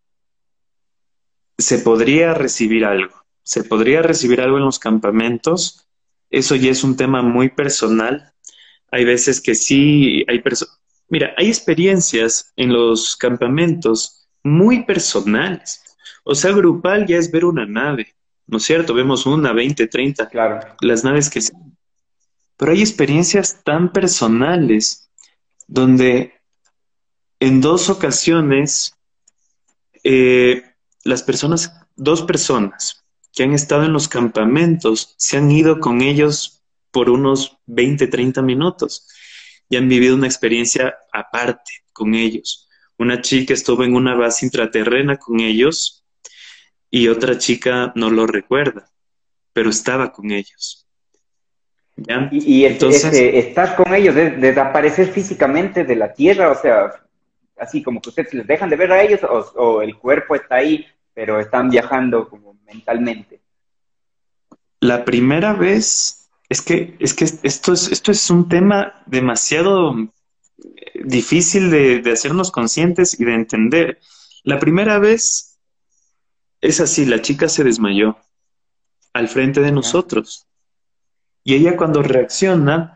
Se podría recibir algo. Se podría recibir algo en los campamentos. Eso ya es un tema muy personal. Hay veces que sí, Mira, hay experiencias en los campamentos muy personales. O sea, grupal ya es ver una nave, ¿no es cierto? Vemos una, 20, 30, Claro. las naves que... Pero hay experiencias tan personales donde en 2 ocasiones eh, dos personas que han estado en los campamentos se han ido con ellos por unos 20, 30 minutos y han vivido una experiencia aparte con ellos. una chica estuvo en una base intraterrena con ellos y otra chica no lo recuerda, pero estaba con ellos. ¿Ya? Y Entonces, estar con ellos, desaparecer físicamente de la Tierra, o sea, así como que ustedes les dejan de ver a ellos o el cuerpo está ahí, pero están viajando como mentalmente. la primera vez, es que esto es un tema demasiado difícil de hacernos conscientes y de entender. La primera vez es así, la chica se desmayó al frente de ¿Ya? nosotros y ella cuando reacciona,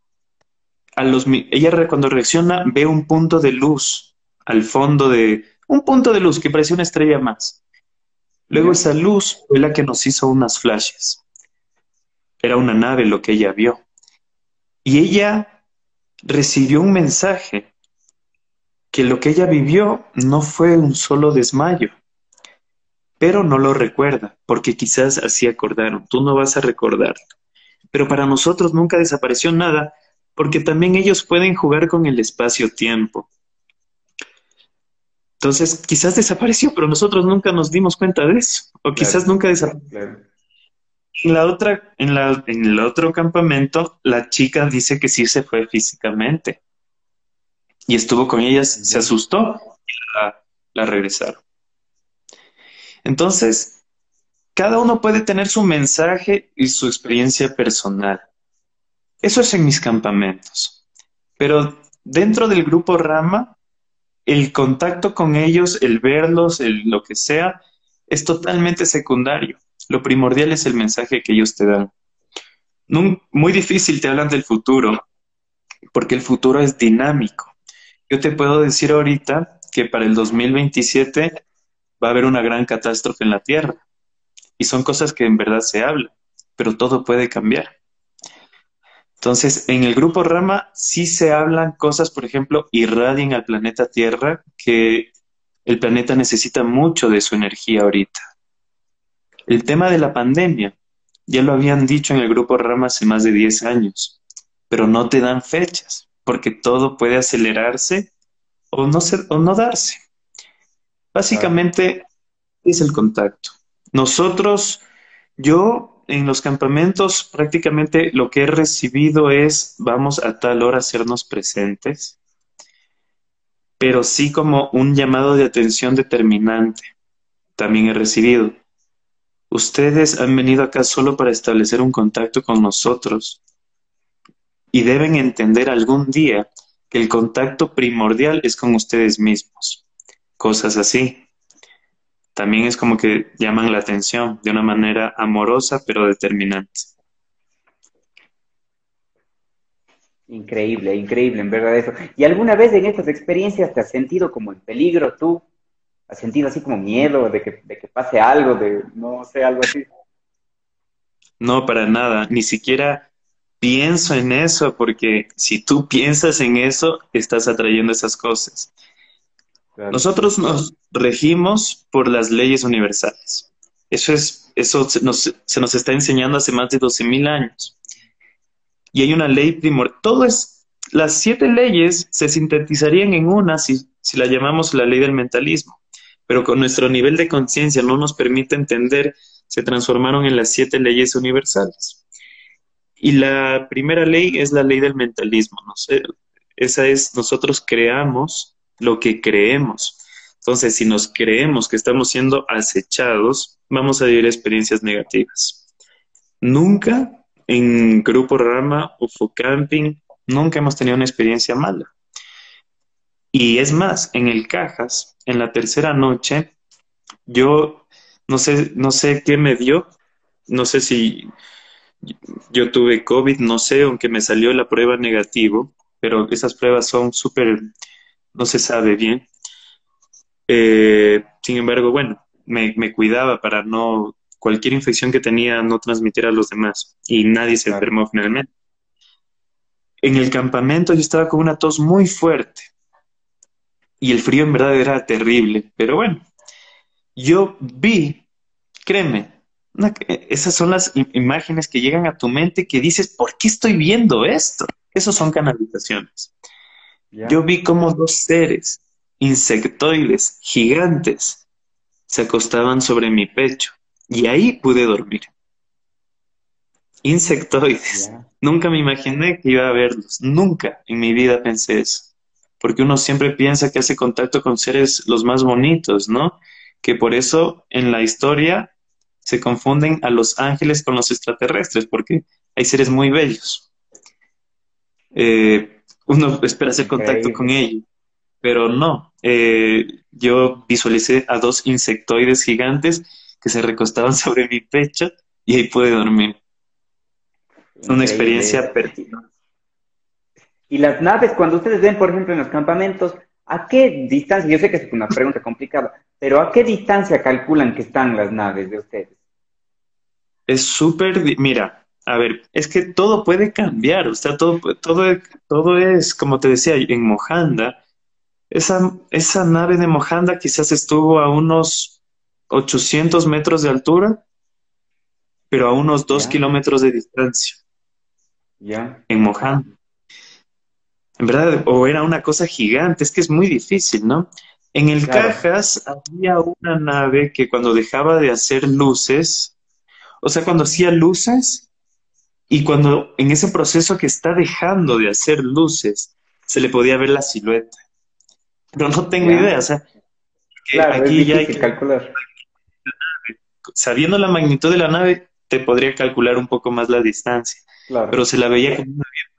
cuando reacciona ve un punto de luz al fondo de, un punto de luz que parecía una estrella más. Luego ¿Ya? esa luz fue la que nos hizo unas flashes. Era una nave lo que ella vio. Y ella recibió un mensaje que lo que ella vivió no fue un solo desmayo, pero no lo recuerda, porque quizás así acordaron, tú no vas a recordar. Pero para nosotros nunca desapareció nada, porque también ellos pueden jugar con el espacio-tiempo. Entonces, quizás desapareció, pero nosotros nunca nos dimos cuenta de eso, o quizás Claro, nunca desapareció. claro. En el otro campamento, la chica dice que sí se fue físicamente y estuvo con ellas, se ¿Ya? asustó y la regresaron. Entonces, cada uno puede tener su mensaje y su experiencia personal. Eso es en mis campamentos. Pero dentro del grupo Rama, el contacto con ellos, el verlos, lo que sea, es totalmente secundario. Lo primordial es el mensaje que ellos te dan. Muy difícil te hablan del futuro, porque el futuro es dinámico. Yo te puedo decir ahorita que para el 2027 va a haber una gran catástrofe en la Tierra. Y son cosas que en verdad se hablan, pero todo puede cambiar. Entonces, en el grupo Rama sí se hablan cosas, por ejemplo, irradian al planeta Tierra, que el planeta necesita mucho de su energía ahorita. El tema de la pandemia, ya lo habían dicho en el grupo Rama hace más de 10 años, pero no te dan fechas, porque todo puede acelerarse o no darse. Claro. Básicamente es el contacto. Nosotros, yo en los campamentos prácticamente lo que he recibido es vamos a tal hora a hacernos presentes, pero sí como un llamado de atención determinante. También he recibido. Ustedes han venido acá solo para establecer un contacto con nosotros y deben entender algún día que el contacto primordial es con ustedes mismos. Cosas así. También es como que llaman la atención de una manera amorosa pero determinante. Increíble, increíble, en verdad eso. ¿Y alguna vez en estas experiencias te has sentido como en peligro tú? ¿Has sentido así como miedo de que pase algo, de no sé, algo así? No, para nada, ni siquiera pienso en eso, porque si tú piensas en eso, estás atrayendo esas cosas. Claro. Nosotros nos regimos por las leyes universales. Eso se nos está enseñando hace más de 12.000 años. Y hay una ley primordial. Las 7 leyes se sintetizarían en una si la llamamos la ley del mentalismo. Pero con nuestro nivel de conciencia no nos permite entender, se transformaron en las 7 leyes universales. Y la primera ley es la ley del mentalismo, no sé, esa es, nosotros creamos lo que creemos. Entonces, si nos creemos que estamos siendo acechados, vamos a vivir experiencias negativas. Nunca en Grupo Rama o Camping, nunca hemos tenido una experiencia mala. Y es más, en el Cajas, en la tercera noche, yo no sé qué me dio, no sé si yo tuve COVID, no sé, aunque me salió la prueba negativo, pero esas pruebas son súper, no se sabe bien. Sin embargo, bueno, me cuidaba para no, cualquier infección que tenía no transmitir a los demás y nadie se Claro. enfermó finalmente. En el campamento yo estaba con una tos muy fuerte y el frío en verdad era terrible, pero bueno, yo vi, créeme, esas son las imágenes que llegan a tu mente que dices, ¿por qué estoy viendo esto? Esos son canalizaciones. Yo ¿Ya? vi como dos seres. insectoides gigantes se acostaban sobre mi pecho y ahí pude dormir. Insectoides. Ya. Nunca me imaginé que iba a verlos. Nunca en mi vida pensé eso. Porque uno siempre piensa que hace contacto con seres los más bonitos, ¿no? Que por eso en la historia se confunden a los ángeles con los extraterrestres, porque hay seres muy bellos. Uno espera hacer contacto con Increíble. ellos, pero no. Yo visualicé a dos insectoides gigantes que se recostaban sobre mi pecho y ahí pude dormir. Una experiencia Increíble. personal. Y las naves, cuando ustedes ven, por ejemplo, en los campamentos, ¿a qué distancia? Yo sé que es una pregunta complicada, pero ¿a qué distancia calculan que están las naves de ustedes? Es súper, mira, a ver, es que todo puede cambiar, o sea, todo es, como te decía, en Mojanda, esa nave de Mojanda quizás estuvo a unos 800 metros de altura, pero a unos 2 ¿Ya? kilómetros de distancia, ¿Ya? en Mojanda. En verdad, o era una cosa gigante, es que es muy difícil, ¿no? En el Claro. Cajas había una nave que cuando dejaba de hacer luces, o sea, cuando hacía luces, y cuando en ese proceso que está dejando de hacer luces, se le podía ver la silueta. Pero no tengo idea, o ¿Ya? sea, que Claro, es aquí ya hay difícil que, calcular. sabiendo la magnitud de la nave, te podría calcular un poco más la distancia, pero Claro. se la veía como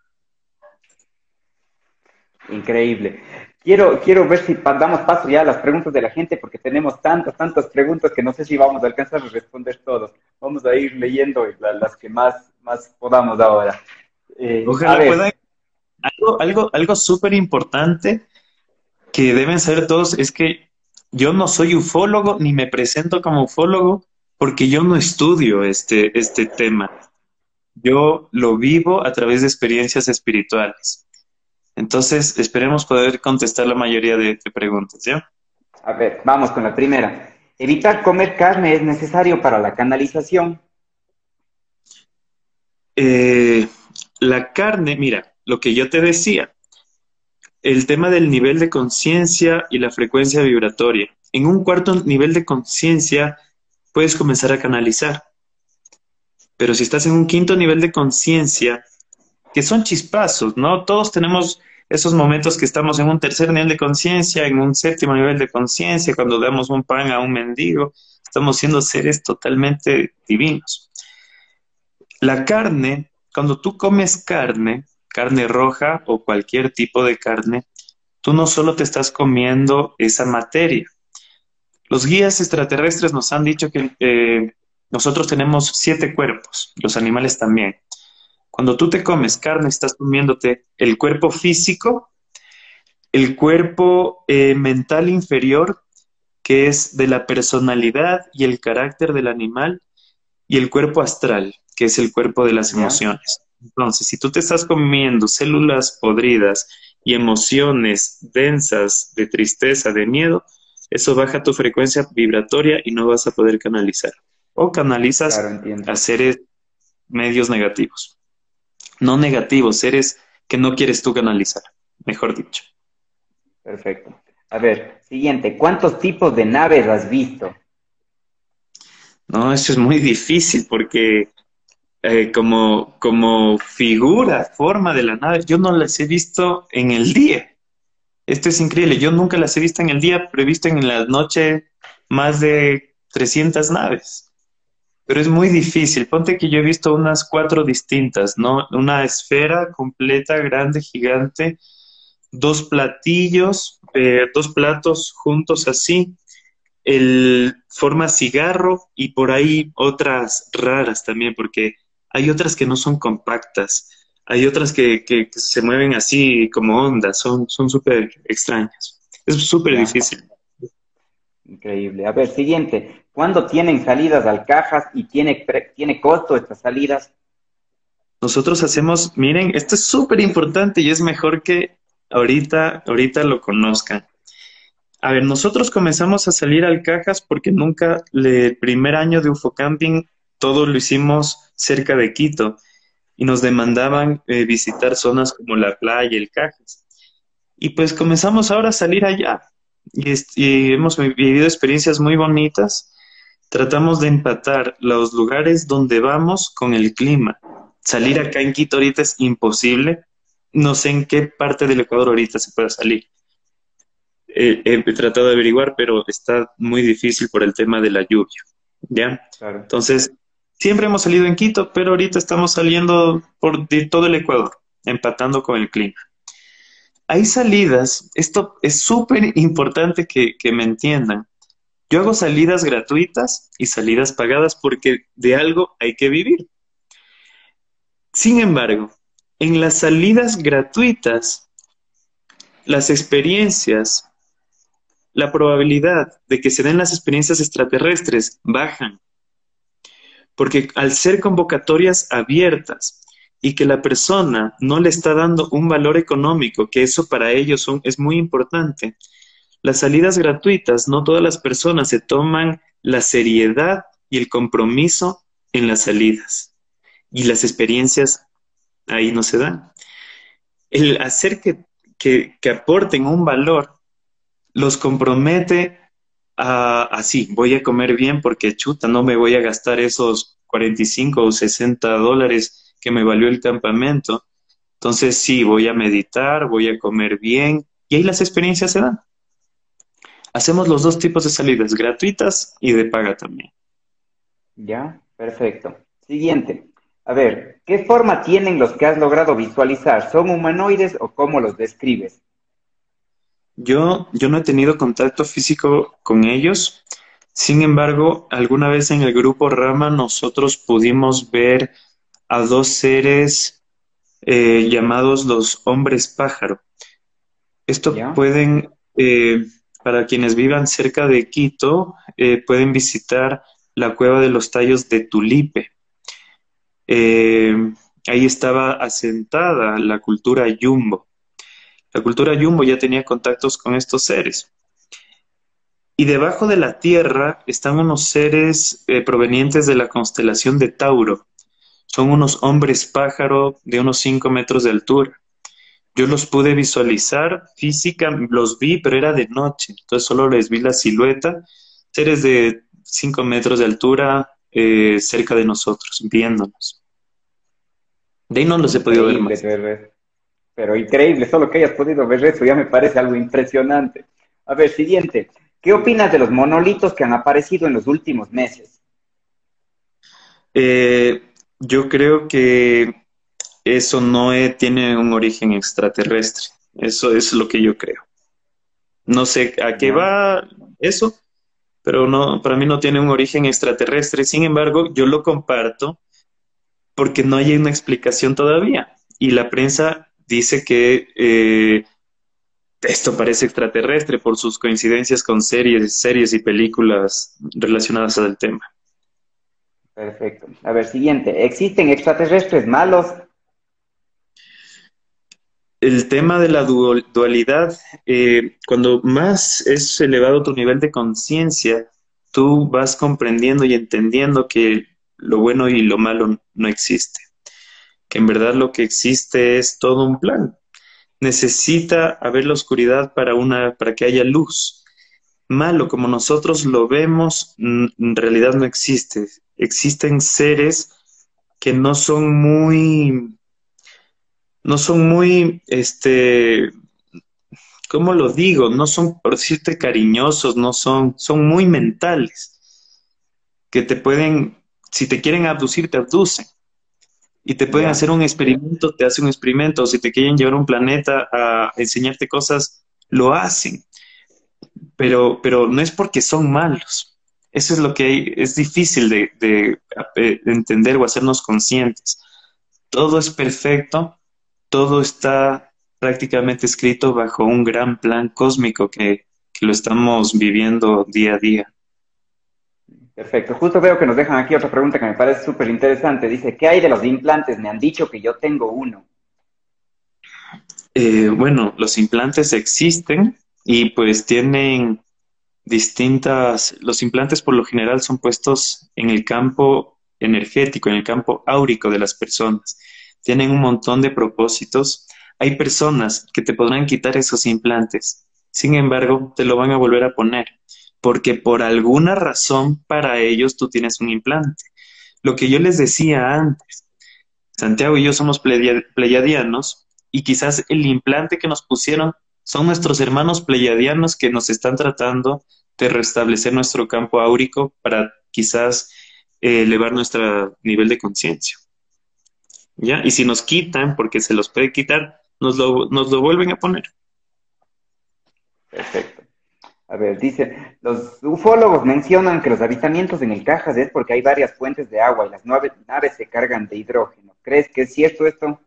Increíble. Quiero ver si damos paso ya a las preguntas de la gente, porque tenemos tantas preguntas que no sé si vamos a alcanzar a responder todos. Vamos a ir leyendo las que más podamos ahora. A ojalá pueda. ver, Algo súper importante que deben saber todos es que yo no soy ufólogo ni me presento como ufólogo porque yo no estudio este tema. Yo lo vivo a través de experiencias espirituales. Entonces, esperemos poder contestar la mayoría de preguntas, ¿ya? a ver, vamos con la primera. Evitar comer carne es necesario para la canalización. Eh, la carne, mira, lo que yo te decía, el tema del nivel de conciencia y la frecuencia vibratoria. En un cuarto nivel de conciencia puedes comenzar a canalizar, pero si estás en un quinto nivel de conciencia, que son chispazos, ¿no? Todos tenemos esos momentos que estamos en un tercer nivel de conciencia, en un séptimo nivel de conciencia, cuando damos un pan a un mendigo, estamos siendo seres totalmente divinos. La carne, cuando tú comes carne, carne roja o cualquier tipo de carne, tú no solo te estás comiendo esa materia. Los guías extraterrestres nos han dicho que nosotros tenemos 7 cuerpos, los animales también. Cuando tú te comes carne, estás comiéndote el cuerpo físico, el cuerpo mental inferior, que es de la personalidad y el carácter del animal, y el cuerpo astral, que es el cuerpo de las ¿Ya? emociones. Entonces, si tú te estás comiendo células podridas y emociones densas de tristeza, de miedo, eso baja tu frecuencia vibratoria y no vas a poder canalizar. O Claro, canalizas entiendo. a seres medios negativos. No negativos, seres que no quieres tú canalizar, mejor dicho. Perfecto. A ver, siguiente. ¿Cuántos tipos de naves has visto? No, eso es muy difícil porque como figura, forma de la nave, yo no las he visto en el día. Esto es increíble. Yo nunca las he visto en el día, pero he visto en la noche más de 300 naves. Pero es muy difícil. Ponte que yo he visto unas 4 distintas, ¿no? Una esfera completa, grande, gigante, 2 platillos, 2 platos juntos así, el forma cigarro y por ahí otras raras también, porque hay otras que no son compactas, hay otras que se mueven así como ondas, son súper extrañas. Es súper ¿Ya? difícil. Increíble. A ver, siguiente. ¿Cuándo tienen salidas al cajas y tiene costo estas salidas? Nosotros hacemos, miren, esto es súper importante y es mejor que ahorita lo conozcan. A ver, nosotros comenzamos a salir al Cajas porque el primer año de UFO Camping, todo lo hicimos cerca de Quito y nos demandaban visitar zonas como la playa, el Cajas. Y pues comenzamos ahora a salir allá. y hemos vivido experiencias muy bonitas. Tratamos de empatar los lugares donde vamos con el clima. Salir acá en Quito ahorita es imposible. No sé en qué parte del Ecuador ahorita se pueda salir. He tratado de averiguar, pero está muy difícil por el tema de la lluvia, ¿ya? Claro. Entonces, siempre hemos salido en Quito, pero ahorita estamos saliendo por de todo el Ecuador, empatando con el clima. Hay salidas, esto es súper importante que me entiendan. Yo hago salidas gratuitas y salidas pagadas porque de algo hay que vivir. Sin embargo, en las salidas gratuitas, las experiencias, la probabilidad de que se den las experiencias extraterrestres bajan, porque al ser convocatorias abiertas y que la persona no le está dando un valor económico, que eso para ellos es muy importante, las salidas gratuitas, no todas las personas se toman la seriedad y el compromiso en las salidas. Y las experiencias ahí no se dan. El hacer que aporten un valor los compromete a así, voy a comer bien porque chuta, no me voy a gastar esos 45 o $60 que me valió el campamento. Entonces sí, voy a meditar, voy a comer bien y ahí las experiencias se dan. Hacemos los dos tipos de salidas, gratuitas y de paga también. Ya, perfecto. Siguiente. A ver, ¿qué forma tienen los que has logrado visualizar? ¿Son humanoides o cómo los describes? Yo no he tenido contacto físico con ellos. Sin embargo, alguna vez en el grupo Rama nosotros pudimos ver a dos seres llamados los hombres pájaro. Esto ¿Ya? pueden, para quienes vivan cerca de Quito, pueden visitar la cueva de los tallos de Tulipe. Eh, Ahí estaba asentada la cultura Yumbo. La cultura Yumbo ya tenía contactos con estos seres. Y debajo de la tierra están unos seres provenientes de la constelación de Tauro. Son unos hombres pájaro de unos 5 metros de altura. Yo los pude visualizar física, los vi, pero era de noche, entonces solo les vi la silueta, seres de 5 metros de altura cerca de nosotros, viéndonos. De ahí no los he podido ver Increíble más. ver eso. Pero increíble, solo que hayas podido ver eso ya me parece algo impresionante. A ver, siguiente. ¿Qué opinas de los monolitos que han aparecido en los últimos meses? Yo creo que eso no tiene un origen extraterrestre. Eso es lo que yo creo. No sé a qué ¿Ya? va eso, pero no, para mí no tiene un origen extraterrestre. Sin embargo, yo lo comparto porque no hay una explicación todavía. Y la prensa dice que esto parece extraterrestre por sus coincidencias con series y películas relacionadas al tema. Perfecto. A ver, siguiente. ¿Existen extraterrestres malos? El tema de la dualidad, cuando más es elevado tu nivel de conciencia, tú vas comprendiendo y entendiendo que lo bueno y lo malo no existe, que en verdad lo que existe es todo un plan. Necesita haber la oscuridad para que haya luz. Malo, como nosotros lo vemos, en realidad no existe. Existen seres que no son muy, ¿cómo lo digo? No son, por decirte, cariñosos, no son muy mentales, que te pueden, si te quieren abducir, te abducen. Y te pueden ¿Ya? hacer un experimento, te hacen un experimento, o si te quieren llevar a un planeta a enseñarte cosas, lo hacen. Pero no es porque son malos. Eso es lo que es difícil de entender o hacernos conscientes. Todo es perfecto, todo está prácticamente escrito bajo un gran plan cósmico que lo estamos viviendo día a día. Perfecto. Justo veo que nos dejan aquí otra pregunta que me parece súper interesante. Dice, ¿qué hay de los implantes? Me han dicho que yo tengo uno. Bueno, los implantes existen y pues tienen los implantes por lo general son puestos en el campo energético, en el campo áurico de las personas. Tienen un montón de propósitos. Hay personas que te podrán quitar esos implantes Sin embargo, te lo van a volver a poner, porque por alguna razón para ellos tú tienes un implante. Lo que yo les decía antes, Santiago y yo somos pleiadianos y quizás el implante que nos pusieron son nuestros hermanos pleiadianos que nos están tratando de restablecer nuestro campo áurico para quizás elevar nuestro nivel de conciencia. ¿Ya? Y si nos quitan, porque se los puede quitar, nos lo vuelven a poner. Perfecto. A ver, dice, los ufólogos mencionan que los avistamientos en el Cajas es porque hay varias fuentes de agua y las naves se cargan de hidrógeno. ¿Crees que es cierto esto?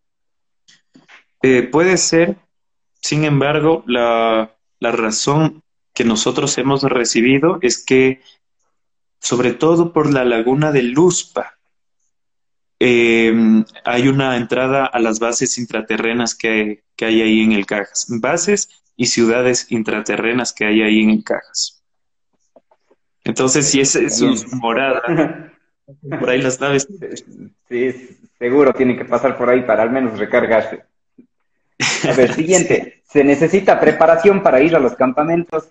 Puede ser, sin embargo, la razón que nosotros hemos recibido es que, sobre todo por la laguna de Luspa, eh, hay una entrada a las bases intraterrenas que hay ahí en el Cajas. Bases y ciudades intraterrenas que hay ahí en el Cajas. Entonces, si esa es su También. morada, por ahí las naves. Sí, seguro tienen que pasar por ahí para al menos recargarse. A ver, Sí. siguiente. ¿Se necesita preparación para ir a los campamentos?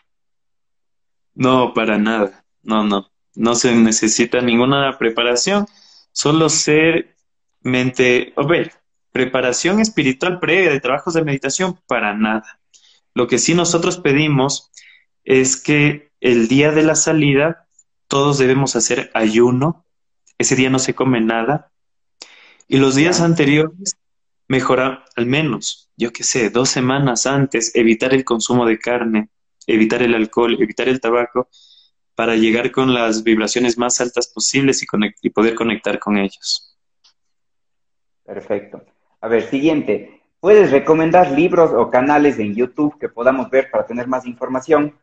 No, para nada. No, no. No se necesita ninguna preparación. Solo ser mente, o ver, preparación espiritual previa de trabajos de meditación, para nada. Lo que sí nosotros pedimos es que el día de la salida todos debemos hacer ayuno. Ese día no se come nada. Y los días Ya, anteriores mejorar al menos, yo qué sé, 2 semanas antes, evitar el consumo de carne, evitar el alcohol, evitar el tabaco, para llegar con las vibraciones más altas posibles y poder conectar con ellos. perfecto. A ver, siguiente. ¿Puedes recomendar libros o canales en YouTube que podamos ver para tener más información?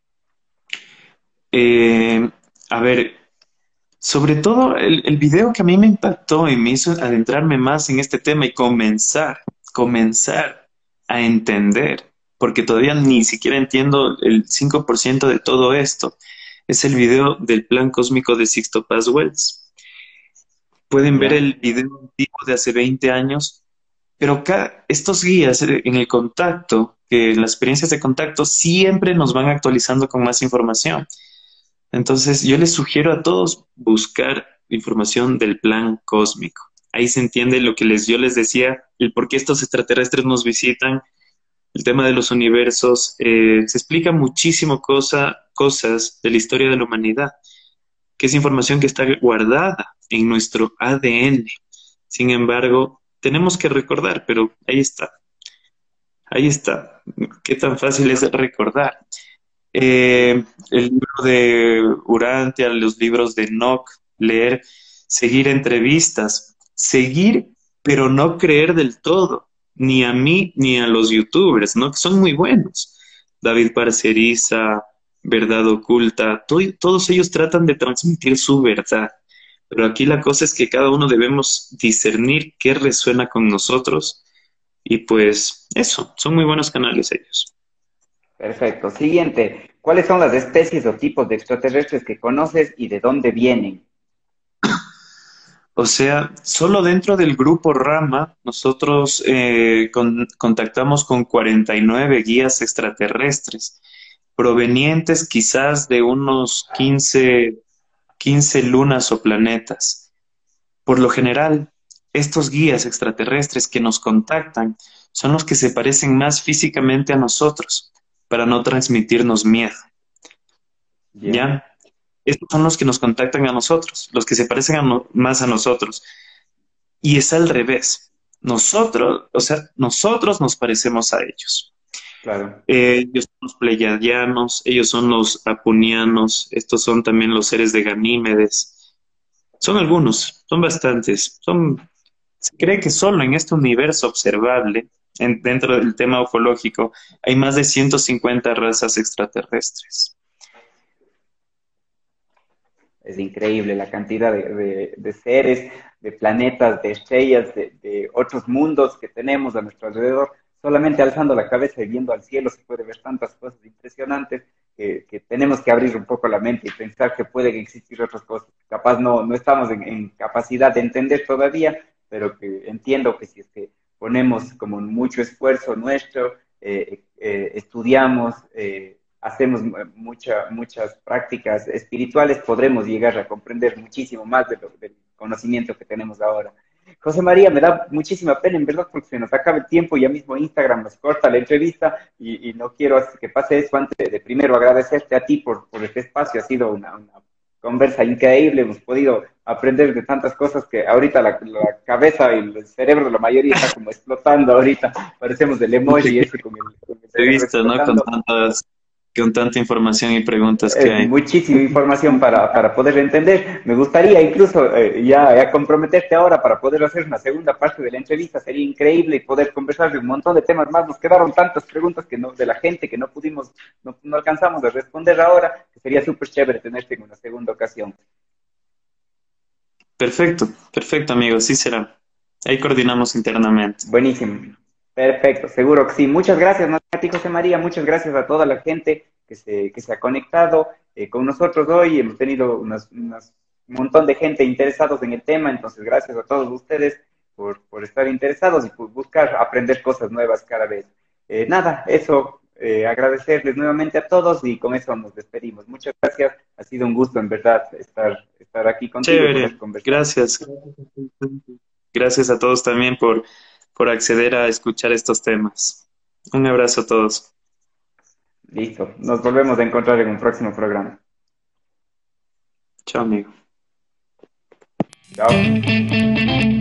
Eh, a ver, sobre todo el video que a mí me impactó y me hizo adentrarme más en este tema y comenzar a entender, porque todavía ni siquiera entiendo el 5% de todo esto, es el video del plan cósmico de Sixto Paz Wells. Pueden ver Ya, el video antiguo de hace 20 años, pero acá estos guías en el contacto, que las experiencias de contacto siempre nos van actualizando con más información. Entonces, yo les sugiero a todos buscar información del plan cósmico. Ahí se entiende lo que yo les decía, el por qué estos extraterrestres nos visitan, el tema de los universos, se explica muchísimo cosas de la historia de la humanidad, que es información que está guardada en nuestro ADN. Sin embargo, tenemos que recordar, pero ahí está, ahí está. ¿Qué tan fácil es recordar? El libro de Urantia, los libros de Enoch, leer, seguir entrevistas, seguir, pero no creer del todo, ni a mí ni a los youtubers, ¿no? Que son muy buenos. David Parceriza, Verdad Oculta, todos ellos tratan de transmitir su verdad. Pero aquí la cosa es que cada uno debemos discernir qué resuena con nosotros y pues eso, son muy buenos canales ellos. perfecto. Siguiente. ¿Cuáles son las especies o tipos de extraterrestres que conoces y de dónde vienen? O sea, solo dentro del grupo Rama, nosotros contactamos con 49 guías extraterrestres, provenientes quizás de unos 15 lunas o planetas. Por lo general, estos guías extraterrestres que nos contactan son los que se parecen más físicamente a nosotros, para no transmitirnos miedo, Ya, ¿ya? Estos son los que nos contactan a nosotros, los que se parecen más a nosotros. Y es al revés. Nosotros, o sea, nosotros nos parecemos a ellos. claro. Ellos son los pleiadianos, ellos son los apunianos, estos son también los seres de Ganímedes. Son algunos, son bastantes. Se cree que solo en este universo observable, dentro del tema ufológico, hay más de 150 razas extraterrestres. Es increíble la cantidad de seres, de planetas, de estrellas, de otros mundos que tenemos a nuestro alrededor. Solamente alzando la cabeza y viendo al cielo se puede ver tantas cosas impresionantes que tenemos que abrir un poco la mente y pensar que pueden existir otras cosas. Capaz no estamos en capacidad de entender todavía, pero que entiendo que si es que ponemos como mucho esfuerzo nuestro estudiamos, hacemos muchas prácticas espirituales, podremos llegar a comprender muchísimo más del conocimiento que tenemos ahora. José María, me da muchísima pena, en verdad, porque se nos acaba el tiempo, ya mismo Instagram nos corta la entrevista y no quiero que pase eso antes de primero agradecerte a ti por este espacio. Ha sido una conversa increíble, hemos podido aprender de tantas cosas que ahorita la cabeza y el cerebro de la mayoría está como explotando ahorita, parecemos del emoji ese con el He cerebro visto, ¿no? explotando. Con tanta información y preguntas que hay. Muchísima información para poder entender. Me gustaría incluso ya comprometerte ahora para poder hacer una segunda parte de la entrevista. Sería increíble y poder conversar de un montón de temas más. Nos quedaron tantas preguntas que no, de la gente que no pudimos, no alcanzamos a responder ahora, que sería súper chévere tenerte en una segunda ocasión. Perfecto, perfecto, amigo, sí será. Ahí coordinamos internamente. Buenísimo. Perfecto, seguro que sí. Muchas gracias, ¿no? A ti, José María, muchas gracias a toda la gente que se ha conectado con nosotros hoy. Hemos tenido un montón de gente interesados en el tema, entonces gracias a todos ustedes por estar interesados y por buscar aprender cosas nuevas cada vez. Nada, eso, agradecerles nuevamente a todos y con eso nos despedimos. Muchas gracias, ha sido un gusto en verdad estar aquí contigo y poder Chévere, conversar. gracias. Gracias a todos también por acceder a escuchar estos temas. Un abrazo a todos. Listo, nos volvemos a encontrar en un próximo programa. Chao, amigo. Chao.